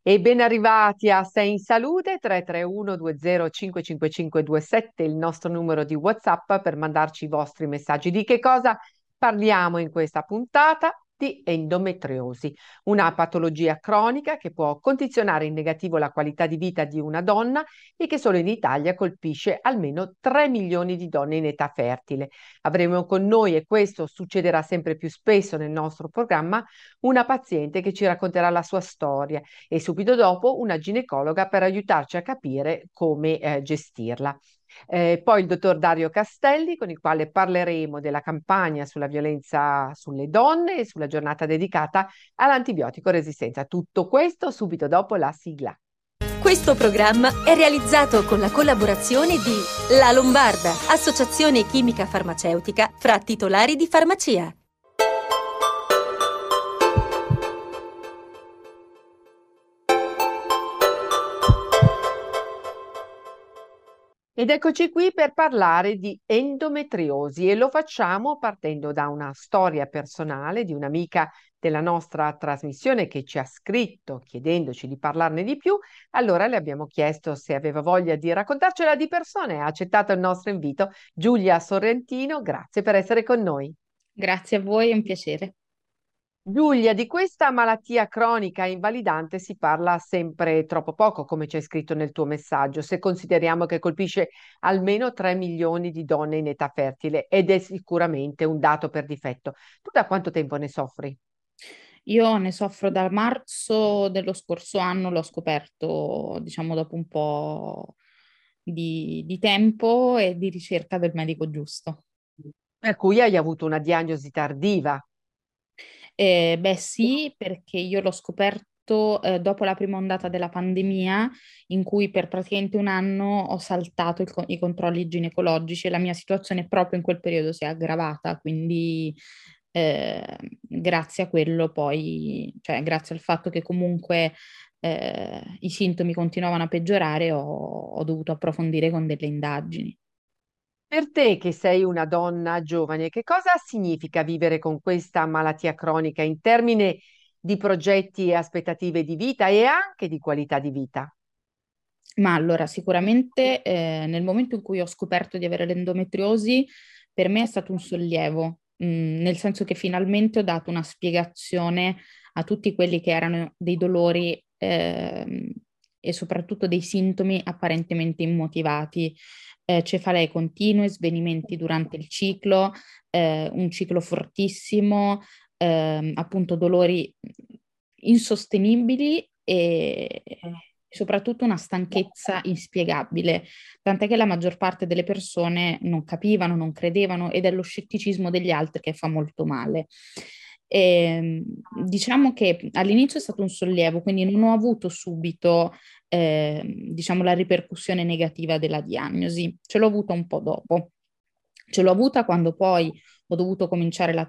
E ben arrivati a Sei in Salute 331 20 55527, il nostro numero di WhatsApp per mandarci i vostri messaggi. Di che cosa parliamo in questa puntata? Di endometriosi, una patologia cronica che può condizionare in negativo la qualità di vita di una donna e che solo in Italia colpisce almeno 3 milioni di donne in età fertile. Avremo con noi, e questo succederà sempre più spesso nel nostro programma, una paziente che ci racconterà la sua storia e subito dopo una ginecologa per aiutarci a capire come gestirla. Poi il dottor Dario Castelli, con il quale parleremo della campagna sulla violenza sulle donne e sulla giornata dedicata all'antibiotico resistenza. Tutto questo subito dopo la sigla. Questo programma è realizzato con la collaborazione di La Lombarda, associazione chimica farmaceutica fra titolari di farmacia. Ed eccoci qui per parlare di endometriosi e lo facciamo partendo da una storia personale di un'amica della nostra trasmissione che ci ha scritto chiedendoci di parlarne di più. Allora le abbiamo chiesto se aveva voglia di raccontarcela di persona e ha accettato il nostro invito. Giulia Sorrentino, grazie per essere con noi. Grazie a voi, è un piacere. Giulia, di questa malattia cronica invalidante si parla sempre troppo poco, come c'è scritto nel tuo messaggio, se consideriamo che colpisce almeno 3 milioni di donne in età fertile ed è sicuramente un dato per difetto. Tu da quanto tempo ne soffri? Io ne soffro da marzo dello scorso anno, l'ho scoperto, diciamo, dopo un po' di tempo e di ricerca del medico giusto. Per cui hai avuto una diagnosi tardiva. Beh sì, perché io l'ho scoperto dopo la prima ondata della pandemia, in cui per praticamente un anno ho saltato i controlli ginecologici e la mia situazione proprio in quel periodo si è aggravata, quindi grazie a quello poi, cioè grazie al fatto che comunque i sintomi continuavano a peggiorare, ho dovuto approfondire con delle indagini. Per te che sei una donna giovane, che cosa significa vivere con questa malattia cronica in termini di progetti e aspettative di vita e anche di qualità di vita? Ma allora, sicuramente nel momento in cui ho scoperto di avere l'endometriosi, per me è stato un sollievo, nel senso che finalmente ho dato una spiegazione a tutti quelli che erano dei dolori e soprattutto dei sintomi apparentemente immotivati, cefalee continue, svenimenti durante il ciclo, un ciclo fortissimo, appunto dolori insostenibili e soprattutto una stanchezza inspiegabile, tant'è che la maggior parte delle persone non capivano, non credevano ed è lo scetticismo degli altri che fa molto male. Diciamo che all'inizio è stato un sollievo, quindi non ho avuto subito, diciamo, la ripercussione negativa della diagnosi, ce l'ho avuta un po' dopo. Ce l'ho avuta quando poi ho dovuto cominciare la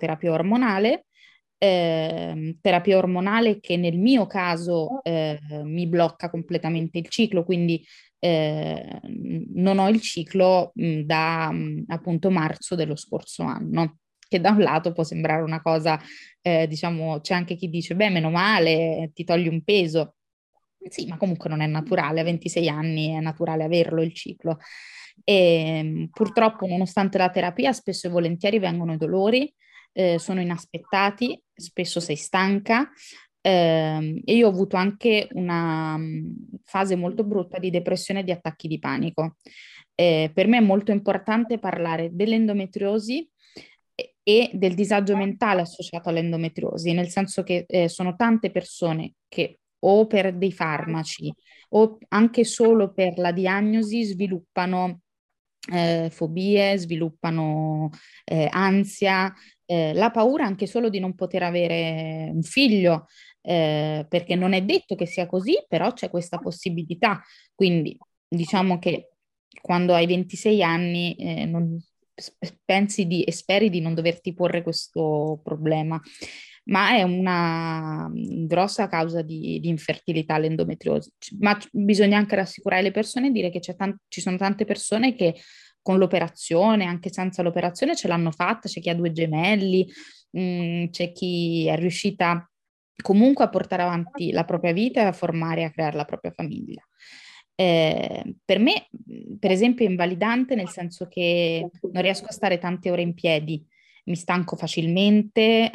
terapia ormonale che nel mio caso mi blocca completamente il ciclo, quindi non ho il ciclo da appunto marzo dello scorso anno, che da un lato può sembrare una cosa, diciamo, c'è anche chi dice, beh, meno male, ti togli un peso. Sì, ma comunque non è naturale, a 26 anni è naturale averlo il ciclo. E purtroppo, nonostante la terapia, spesso e volentieri vengono i dolori, sono inaspettati, spesso sei stanca. E io ho avuto anche una fase molto brutta di depressione e di attacchi di panico. Per me è molto importante parlare dell'endometriosi e del disagio mentale associato all'endometriosi, nel senso che sono tante persone che o per dei farmaci o anche solo per la diagnosi sviluppano fobie, sviluppano ansia, la paura anche solo di non poter avere un figlio, perché non è detto che sia così, però c'è questa possibilità. Quindi diciamo che quando hai 26 anni pensi e speri di non doverti porre questo problema. Ma è una grossa causa di infertilità l'endometriosi. Ma bisogna anche rassicurare le persone e dire che ci sono tante persone che con l'operazione, anche senza l'operazione, ce l'hanno fatta, c'è chi ha due gemelli, c'è chi è riuscita comunque a portare avanti la propria vita e a formare e a creare la propria famiglia. Per me, per esempio, è invalidante nel senso che non riesco a stare tante ore in piedi, mi stanco facilmente,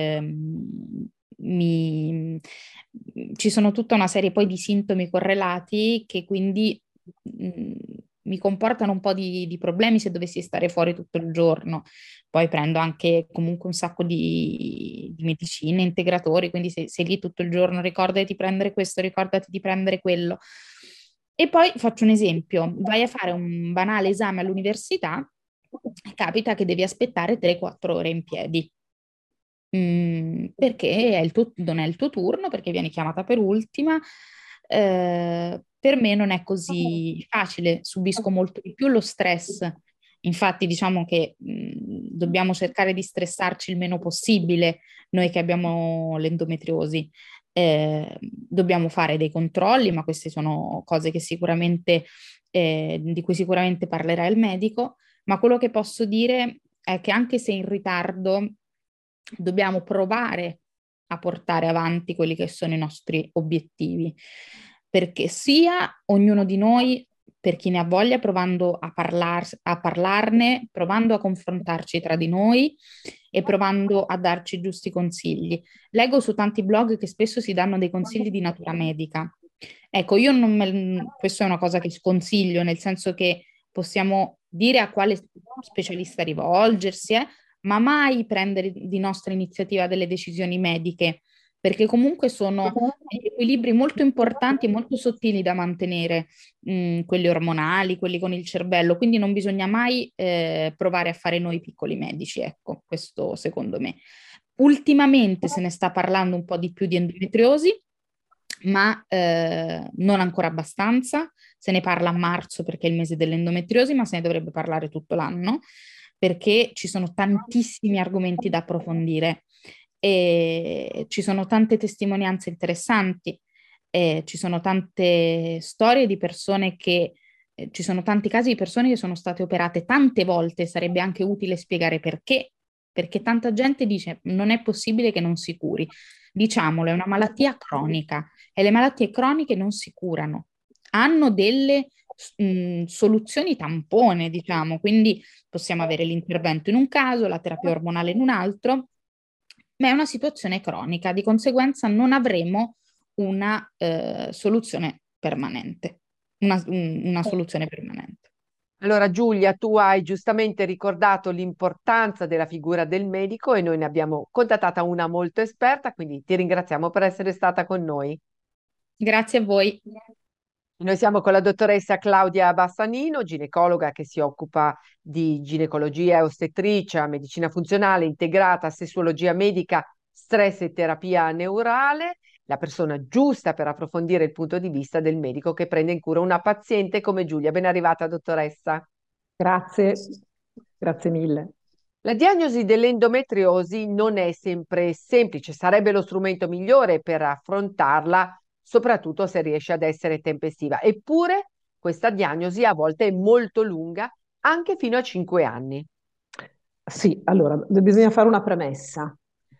mi- ci sono tutta una serie poi di sintomi correlati che quindi mh, mi comportano un po' di problemi se dovessi stare fuori tutto il giorno. Poi prendo anche comunque un sacco di medicine, integratori, quindi se sei lì tutto il giorno, ricordati di prendere questo, ricordati di prendere quello. E poi faccio un esempio, vai a fare un banale esame all'università, capita che devi aspettare 3-4 ore in piedi. Perché non è il tuo turno, perché vieni chiamata per ultima. Per me non è così facile, subisco molto di più lo stress. Infatti, diciamo che dobbiamo cercare di stressarci il meno possibile noi che abbiamo l'endometriosi. Dobbiamo fare dei controlli, ma queste sono cose che sicuramente, di cui sicuramente parlerà il medico. Ma quello che posso dire è che anche se in ritardo, dobbiamo provare a portare avanti quelli che sono i nostri obiettivi, perché sia ognuno di noi, per chi ne ha voglia, provando a parlarne, provando a confrontarci tra di noi e provando a darci i giusti consigli. Leggo su tanti blog che spesso si danno dei consigli di natura medica. Ecco, io non me, questo è una cosa che sconsiglio, nel senso che possiamo dire a quale specialista rivolgersi, ma mai prendere di nostra iniziativa delle decisioni mediche, perché comunque sono degli equilibri molto importanti e molto sottili da mantenere, quelli ormonali, quelli con il cervello, quindi non bisogna mai provare a fare noi piccoli medici, ecco, questo secondo me. Ultimamente se ne sta parlando un po' di più di endometriosi, ma non ancora abbastanza. Se ne parla a marzo perché è il mese dell'endometriosi, ma se ne dovrebbe parlare tutto l'anno perché ci sono tantissimi argomenti da approfondire e ci sono tante testimonianze interessanti, ci sono tante storie di persone che, ci sono tanti casi di persone che sono state operate tante volte, sarebbe anche utile spiegare perché tanta gente dice non è possibile che non si curi. Diciamolo, è una malattia cronica e le malattie croniche non si curano, hanno delle soluzioni tampone, diciamo, quindi possiamo avere l'intervento in un caso, la terapia ormonale in un altro, ma è una situazione cronica, di conseguenza non avremo una soluzione permanente, una soluzione permanente. Allora, Giulia, tu hai giustamente ricordato l'importanza della figura del medico e noi ne abbiamo contattata una molto esperta, quindi ti ringraziamo per essere stata con noi. Grazie a voi. Noi siamo con la dottoressa Claudia Bassanino, ginecologa che si occupa di ginecologia e ostetricia, medicina funzionale integrata, sessuologia medica, stress e terapia neurale, la persona giusta per approfondire il punto di vista del medico che prende in cura una paziente come Giulia. Ben arrivata, dottoressa. Grazie, grazie mille. La diagnosi dell'endometriosi non è sempre semplice, sarebbe lo strumento migliore per affrontarla, soprattutto se riesce ad essere tempestiva. Eppure questa diagnosi a volte è molto lunga, anche fino a 5 anni. Sì, allora, bisogna fare una premessa.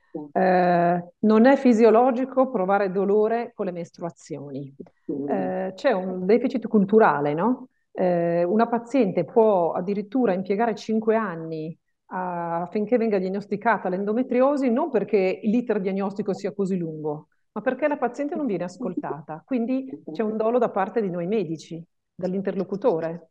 Non è fisiologico provare dolore con le mestruazioni. C'è un deficit culturale, no? Una paziente può addirittura impiegare 5 anni affinché venga diagnosticata l'endometriosi, non perché l'iter diagnostico sia così lungo, ma perché la paziente non viene ascoltata. Quindi c'è un dolo da parte di noi medici, dall'interlocutore.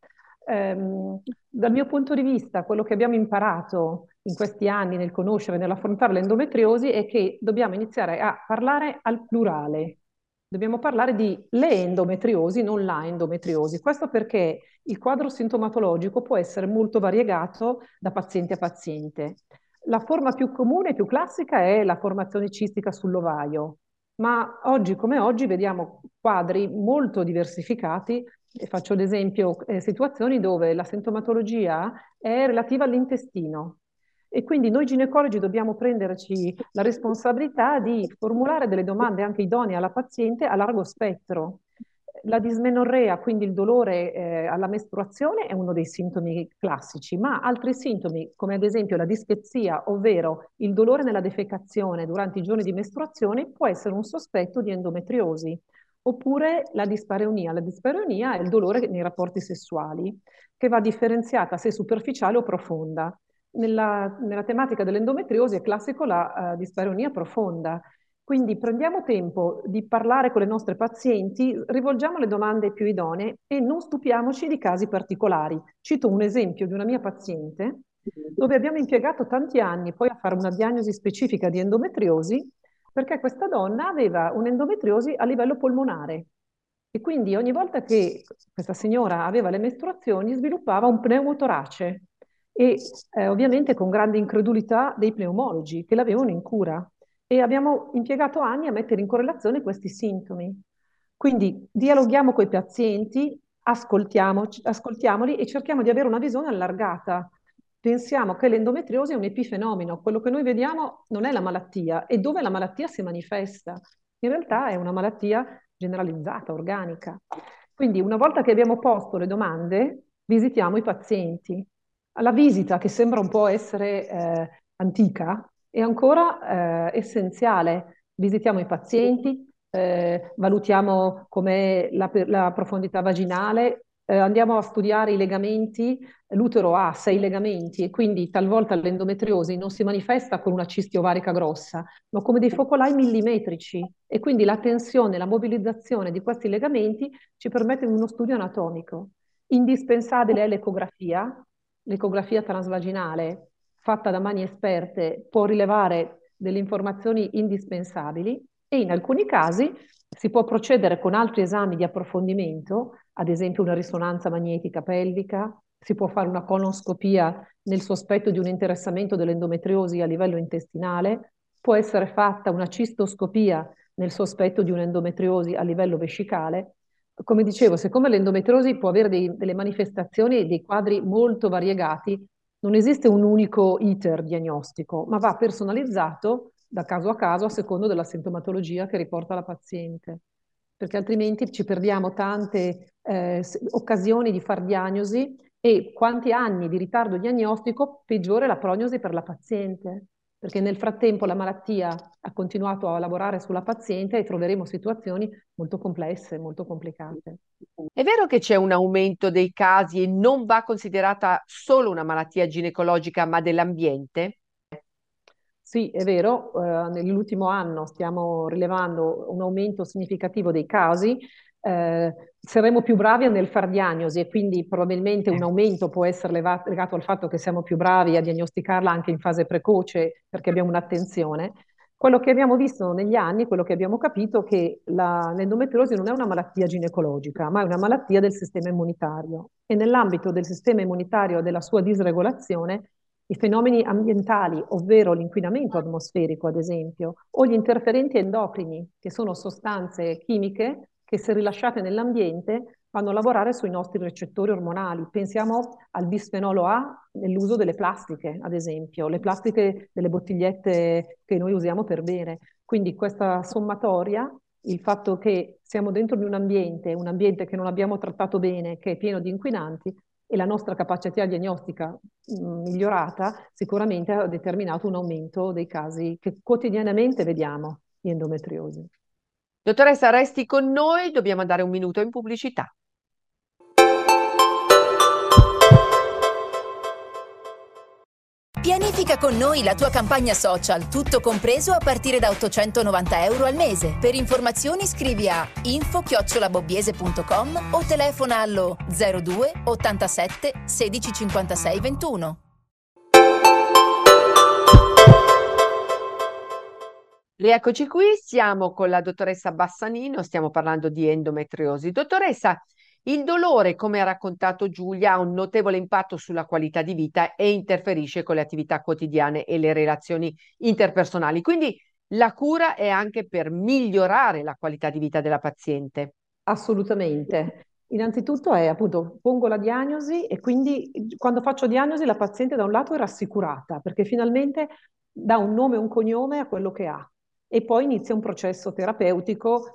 Dal mio punto di vista, quello che abbiamo imparato in questi anni nel conoscere e nell'affrontare l'endometriosi è che dobbiamo iniziare a parlare al plurale. Dobbiamo parlare di le endometriosi, non la endometriosi. Questo perché il quadro sintomatologico può essere molto variegato da paziente a paziente. La forma più comune e più classica è la formazione cistica sull'ovaio, ma oggi come oggi vediamo quadri molto diversificati e faccio l'esempio, situazioni dove la sintomatologia è relativa all'intestino e quindi noi ginecologi dobbiamo prenderci la responsabilità di formulare delle domande anche idonee alla paziente a largo spettro. La dismenorrea, quindi il dolore alla mestruazione, è uno dei sintomi classici, ma altri sintomi, come ad esempio la dispepsia, ovvero il dolore nella defecazione durante i giorni di mestruazione, può essere un sospetto di endometriosi. Oppure la dispareunia. La dispareunia è il dolore nei rapporti sessuali, che va differenziata se superficiale o profonda. Nella tematica dell'endometriosi è classico la dispareunia profonda. Quindi prendiamo tempo di parlare con le nostre pazienti, rivolgiamo le domande più idonee e non stupiamoci di casi particolari. Cito un esempio di una mia paziente dove abbiamo impiegato tanti anni poi a fare una diagnosi specifica di endometriosi, perché questa donna aveva un'endometriosi a livello polmonare e quindi ogni volta che questa signora aveva le mestruazioni sviluppava un pneumotorace e ovviamente con grande incredulità dei pneumologi che l'avevano in cura e abbiamo impiegato anni a mettere in correlazione questi sintomi. Quindi dialoghiamo con i pazienti, ascoltiamoli e cerchiamo di avere una visione allargata. Pensiamo che l'endometriosi è un epifenomeno, quello che noi vediamo non è la malattia, e dove la malattia si manifesta. In realtà è una malattia generalizzata, organica. Quindi una volta che abbiamo posto le domande, visitiamo i pazienti. La visita, che sembra un po' essere antica, è ancora essenziale. Visitiamo i pazienti, valutiamo com'è la profondità vaginale, andiamo a studiare i legamenti. L'utero ha 6 legamenti e quindi talvolta l'endometriosi non si manifesta con una cisti ovarica grossa, ma come dei focolai millimetrici e quindi la tensione, la mobilizzazione di questi legamenti ci permette uno studio anatomico. Indispensabile è l'ecografia transvaginale fatta da mani esperte può rilevare delle informazioni indispensabili e in alcuni casi si può procedere con altri esami di approfondimento, ad esempio una risonanza magnetica pelvica, si può fare una colonoscopia nel sospetto di un interessamento dell'endometriosi a livello intestinale, può essere fatta una cistoscopia nel sospetto di un'endometriosi a livello vescicale. Come dicevo, siccome l'endometriosi può avere delle manifestazioni e dei quadri molto variegati, non esiste un unico iter diagnostico, ma va personalizzato da caso a caso a secondo della sintomatologia che riporta la paziente, perché altrimenti ci perdiamo tante occasioni di far diagnosi e quanti anni di ritardo diagnostico peggiore la prognosi per la paziente, perché nel frattempo la malattia ha continuato a lavorare sulla paziente e troveremo situazioni molto complesse, molto complicate. È vero che c'è un aumento dei casi e non va considerata solo una malattia ginecologica, ma dell'ambiente? Sì, è vero, nell'ultimo anno stiamo rilevando un aumento significativo dei casi, saremo più bravi nel far diagnosi e quindi probabilmente un aumento può essere legato al fatto che siamo più bravi a diagnosticarla anche in fase precoce perché abbiamo un'attenzione. Quello che abbiamo visto negli anni, quello che abbiamo capito è che l'endometriosi non è una malattia ginecologica, ma è una malattia del sistema immunitario e nell'ambito del sistema immunitario e della sua disregolazione i fenomeni ambientali, ovvero l'inquinamento atmosferico, ad esempio, o gli interferenti endocrini, che sono sostanze chimiche che se rilasciate nell'ambiente vanno a lavorare sui nostri recettori ormonali. Pensiamo al bisfenolo A nell'uso delle plastiche, ad esempio, le plastiche delle bottigliette che noi usiamo per bere. Quindi questa sommatoria, il fatto che siamo dentro di un ambiente che non abbiamo trattato bene, che è pieno di inquinanti, e la nostra capacità diagnostica migliorata sicuramente ha determinato un aumento dei casi che quotidianamente vediamo di endometriosi. Dottoressa, resti con noi, dobbiamo andare un minuto in pubblicità. Pianifica con noi la tua campagna social, tutto compreso a partire da 890 euro al mese. Per informazioni scrivi a info@bobbiese.com o telefona allo 02 87 16 56 21. Rieccoci qui, siamo con la dottoressa Bassanino, stiamo parlando di endometriosi. Dottoressa, il dolore, come ha raccontato Giulia, ha un notevole impatto sulla qualità di vita e interferisce con le attività quotidiane e le relazioni interpersonali. Quindi la cura è anche per migliorare la qualità di vita della paziente. Assolutamente. Innanzitutto è appunto pongo la diagnosi e quindi quando faccio diagnosi la paziente da un lato è rassicurata perché finalmente dà un nome e un cognome a quello che ha e poi inizia un processo terapeutico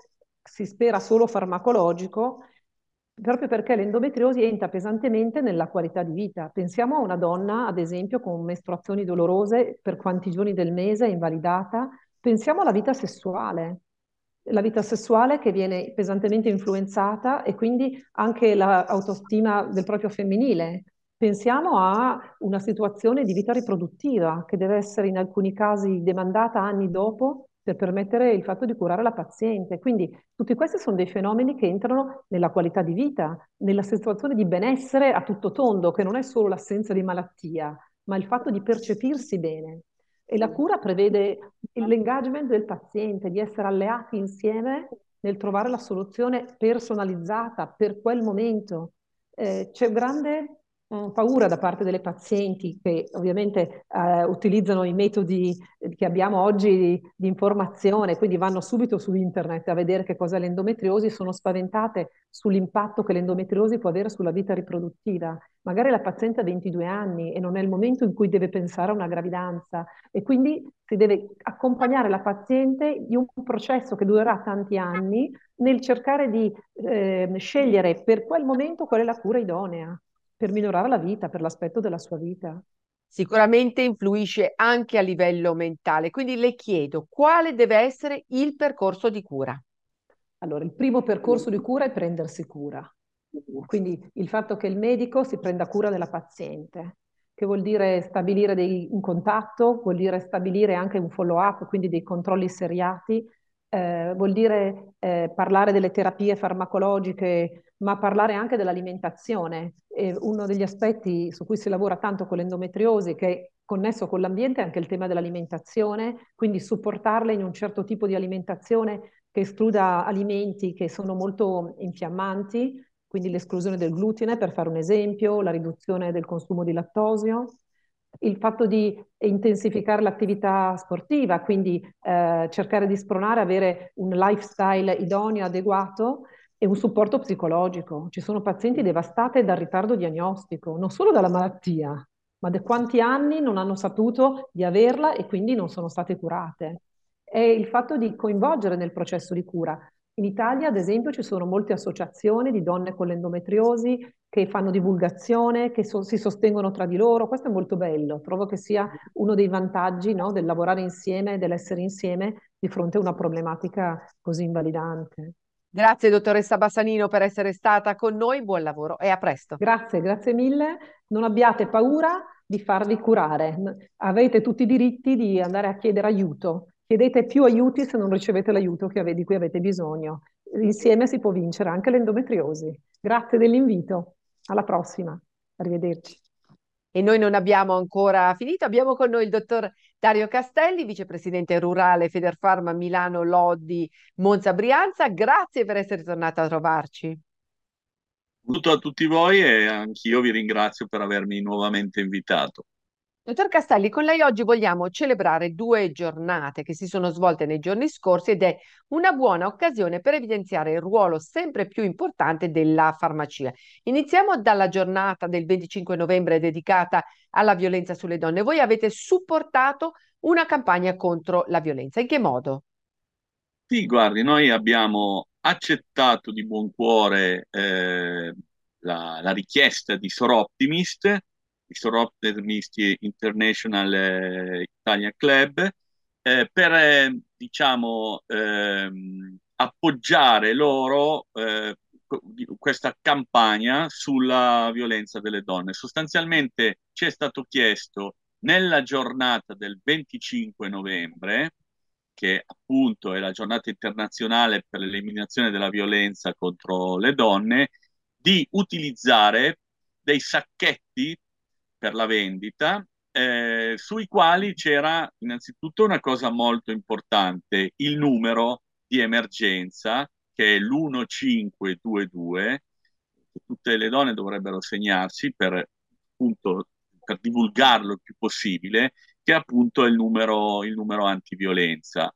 si spera solo farmacologico, proprio perché l'endometriosi entra pesantemente nella qualità di vita. Pensiamo a una donna, ad esempio, con mestruazioni dolorose per quanti giorni del mese, invalidata. Pensiamo alla vita sessuale. La vita sessuale che viene pesantemente influenzata e quindi anche l'autostima del proprio femminile. Pensiamo a una situazione di vita riproduttiva che deve essere in alcuni casi demandata anni dopo per permettere il fatto di curare la paziente. Quindi tutti questi sono dei fenomeni che entrano nella qualità di vita, nella situazione di benessere a tutto tondo, che non è solo l'assenza di malattia, ma il fatto di percepirsi bene. E la cura prevede l'engagement del paziente, di essere alleati insieme nel trovare la soluzione personalizzata per quel momento. C'è grande paura da parte delle pazienti che ovviamente utilizzano i metodi che abbiamo oggi di informazione, quindi vanno subito su internet a vedere che cos'è l'endometriosi, sono spaventate sull'impatto che l'endometriosi può avere sulla vita riproduttiva. Magari la paziente ha 22 anni e non è il momento in cui deve pensare a una gravidanza e quindi si deve accompagnare la paziente in un processo che durerà tanti anni nel cercare di scegliere per quel momento qual è la cura idonea per migliorare la vita, per l'aspetto della sua vita. Sicuramente influisce anche a livello mentale, quindi le chiedo quale deve essere il percorso di cura. Allora, il primo percorso di cura è prendersi cura. Quindi il fatto che il medico si prenda cura della paziente, che vuol dire stabilire un contatto, vuol dire stabilire anche un follow-up, quindi dei controlli seriati, vuol dire parlare delle terapie farmacologiche, ma parlare anche dell'alimentazione. Uno degli aspetti su cui si lavora tanto con l'endometriosi, che è connesso con l'ambiente, è anche il tema dell'alimentazione, quindi supportarle in un certo tipo di alimentazione che escluda alimenti che sono molto infiammanti, quindi l'esclusione del glutine, per fare un esempio, la riduzione del consumo di lattosio, il fatto di intensificare l'attività sportiva, quindi cercare di spronare, avere un lifestyle idoneo, adeguato e un supporto psicologico. Ci sono pazienti devastate dal ritardo diagnostico, non solo dalla malattia, ma da quanti anni non hanno saputo di averla e quindi non sono state curate. È il fatto di coinvolgere nel processo di cura. In Italia, ad esempio, ci sono molte associazioni di donne con l'endometriosi che fanno divulgazione, che si sostengono tra di loro. Questo è molto bello. Trovo che sia uno dei vantaggi, no, del lavorare insieme, dell'essere insieme di fronte a una problematica così invalidante. Grazie dottoressa Bassanino per essere stata con noi, buon lavoro e a presto. Grazie, grazie mille. Non abbiate paura di farvi curare. Avete tutti i diritti di andare a chiedere aiuto. Chiedete più aiuti se non ricevete l'aiuto di cui avete bisogno. Insieme si può vincere anche l'endometriosi. Grazie dell'invito. Alla prossima. Arrivederci. E noi non abbiamo ancora finito, abbiamo con noi il dottor Dario Castelli, vicepresidente rurale Federfarma Milano Lodi Monza Brianza. Grazie per essere tornata a trovarci. Saluto a tutti voi e anch'io vi ringrazio per avermi nuovamente invitato. Dottor Castelli, con lei oggi vogliamo celebrare due giornate che si sono svolte nei giorni scorsi ed è una buona occasione per evidenziare il ruolo sempre più importante della farmacia. Iniziamo dalla giornata del 25 novembre dedicata alla violenza sulle donne. Voi avete supportato una campagna contro la violenza. In che modo? Sì, guardi, noi abbiamo accettato di buon cuore la richiesta di Soroptimist International Italian Club, per diciamo, appoggiare loro questa campagna sulla violenza delle donne. Sostanzialmente ci è stato chiesto nella giornata del 25 novembre, che appunto è la giornata internazionale per l'eliminazione della violenza contro le donne, di utilizzare dei sacchetti per la vendita, sui quali c'era innanzitutto una cosa molto importante, il numero di emergenza, che è l'1522, che tutte le donne dovrebbero segnarsi per, appunto, per divulgarlo il più possibile, che appunto è il numero antiviolenza.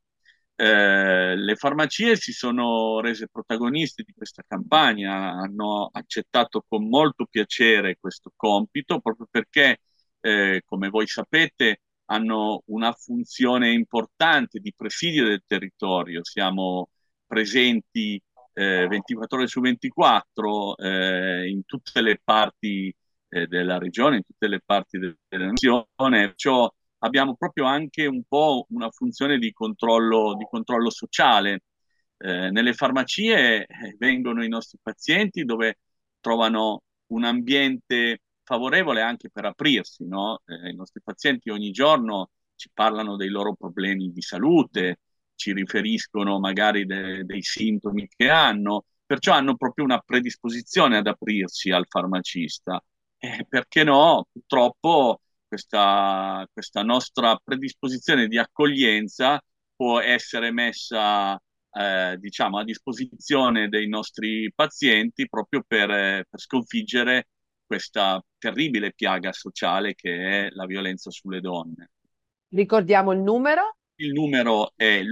Le farmacie si sono rese protagoniste di questa campagna, hanno accettato con molto piacere questo compito, proprio perché, come voi sapete, hanno una funzione importante di presidio del territorio. Siamo presenti 24 ore su 24 in tutte le parti della regione, in tutte le parti della nazione, perciò abbiamo proprio anche un po' una funzione di controllo sociale. Nelle farmacie vengono i nostri pazienti dove trovano un ambiente favorevole anche per aprirsi, no? I nostri pazienti ogni giorno ci parlano dei loro problemi di salute, ci riferiscono magari dei sintomi che hanno, perciò hanno proprio una predisposizione ad aprirsi al farmacista. Perché no? Purtroppo questa nostra predisposizione di accoglienza può essere messa diciamo, a disposizione dei nostri pazienti proprio per sconfiggere questa terribile piaga sociale che è la violenza sulle donne. Ricordiamo il numero? Il numero è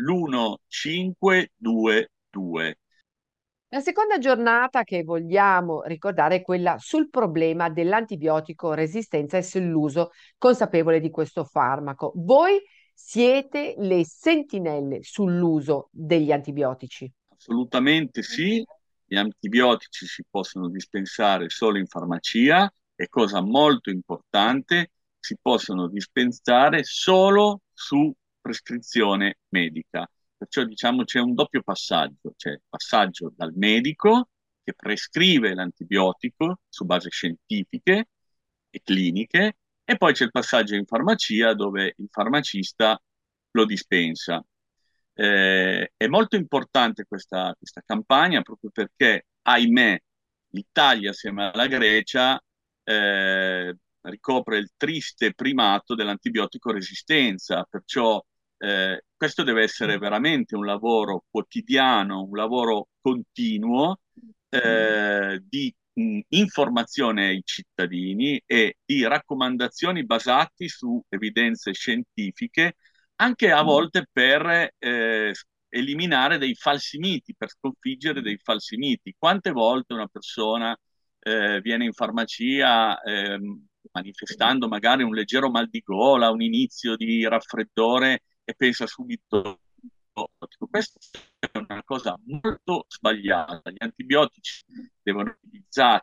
l'1522. La seconda giornata che vogliamo ricordare è quella sul problema dell'antibiotico resistenza e sull'uso consapevole di questo farmaco. Voi siete le sentinelle sull'uso degli antibiotici? Assolutamente sì, gli antibiotici si possono dispensare solo in farmacia e cosa molto importante, si possono dispensare solo su prescrizione medica. Perciò diciamo c'è un doppio passaggio, c'è il passaggio dal medico che prescrive l'antibiotico su base scientifiche e cliniche e poi c'è il passaggio in farmacia dove il farmacista lo dispensa. È molto importante questa campagna proprio perché, ahimè, l'Italia assieme alla Grecia ricopre il triste primato dell'antibiotico resistenza, perciò questo deve essere veramente un lavoro quotidiano, un lavoro continuo di informazione ai cittadini e di raccomandazioni basate su evidenze scientifiche anche a volte per eliminare dei falsi miti, per sconfiggere dei falsi miti. Quante volte una persona viene in farmacia manifestando magari un leggero mal di gola, un inizio di raffreddore e pensa subito questa è una cosa molto sbagliata. Gli antibiotici devono essere utilizzati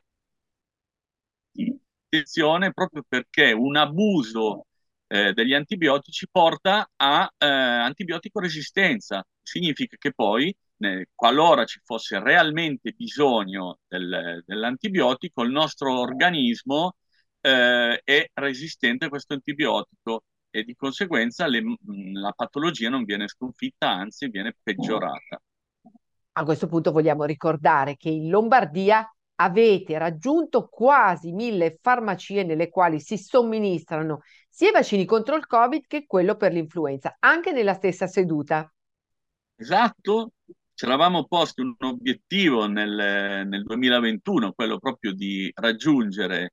attenzione proprio perché un abuso degli antibiotici porta a antibiotico resistenza. Significa che poi, qualora ci fosse realmente bisogno dell'antibiotico, il nostro organismo è resistente a questo antibiotico e di conseguenza la patologia non viene sconfitta, anzi viene peggiorata. A questo punto vogliamo ricordare che in Lombardia avete raggiunto quasi 1000 farmacie nelle quali si somministrano sia i vaccini contro il Covid che quello per l'influenza, anche nella stessa seduta. Esatto, ci eravamo posti un obiettivo nel 2021, quello proprio di raggiungere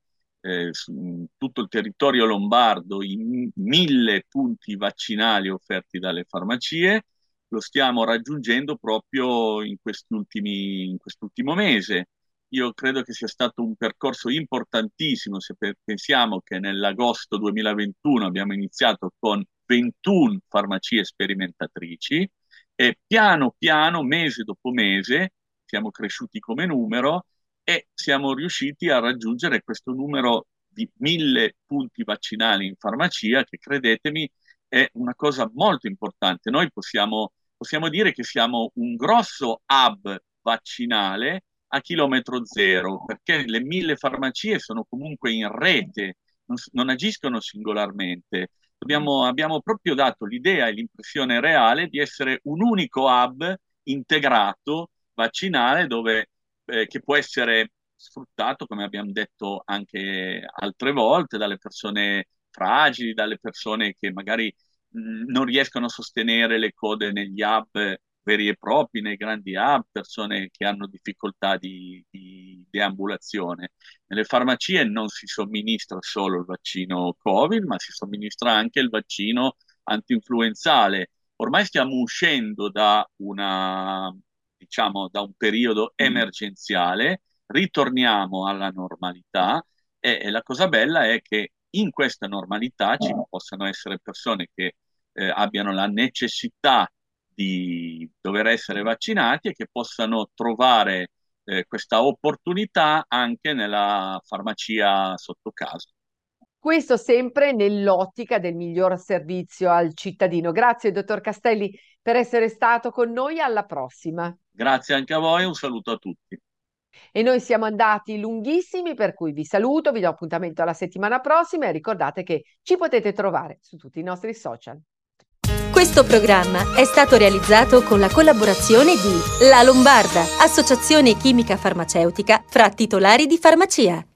su tutto il territorio lombardo i 1000 punti vaccinali offerti dalle farmacie. Lo stiamo raggiungendo proprio in in quest'ultimo mese. Io credo che sia stato un percorso importantissimo se pensiamo che nell'agosto 2021 abbiamo iniziato con 21 farmacie sperimentatrici e piano piano, mese dopo mese, siamo cresciuti come numero e siamo riusciti a raggiungere questo numero di 1000 punti vaccinali in farmacia, che credetemi è una cosa molto importante. Noi possiamo dire che siamo un grosso hub vaccinale a chilometro zero, perché le 1000 farmacie sono comunque in rete, non agiscono singolarmente. Abbiamo proprio dato l'idea e l'impressione reale di essere un unico hub integrato vaccinale che può essere sfruttato, come abbiamo detto anche altre volte, dalle persone fragili, dalle persone che magari non riescono a sostenere le code negli hub veri e propri, nei grandi hub, persone che hanno difficoltà di deambulazione. Nelle farmacie non si somministra solo il vaccino Covid, ma si somministra anche il vaccino antinfluenzale. Ormai stiamo uscendo diciamo, da un periodo emergenziale, ritorniamo alla normalità e la cosa bella è che in questa normalità ci possano essere persone che abbiano la necessità di dover essere vaccinati e che possano trovare questa opportunità anche nella farmacia sotto casa. Questo sempre nell'ottica del miglior servizio al cittadino. Grazie, dottor Castelli, per essere stato con noi. Alla prossima. Grazie anche a voi, un saluto a tutti. E noi siamo andati lunghissimi, per cui vi saluto, vi do appuntamento alla settimana prossima e ricordate che ci potete trovare su tutti i nostri social. Questo programma è stato realizzato con la collaborazione di La Lombarda, associazione chimica farmaceutica fra titolari di farmacia.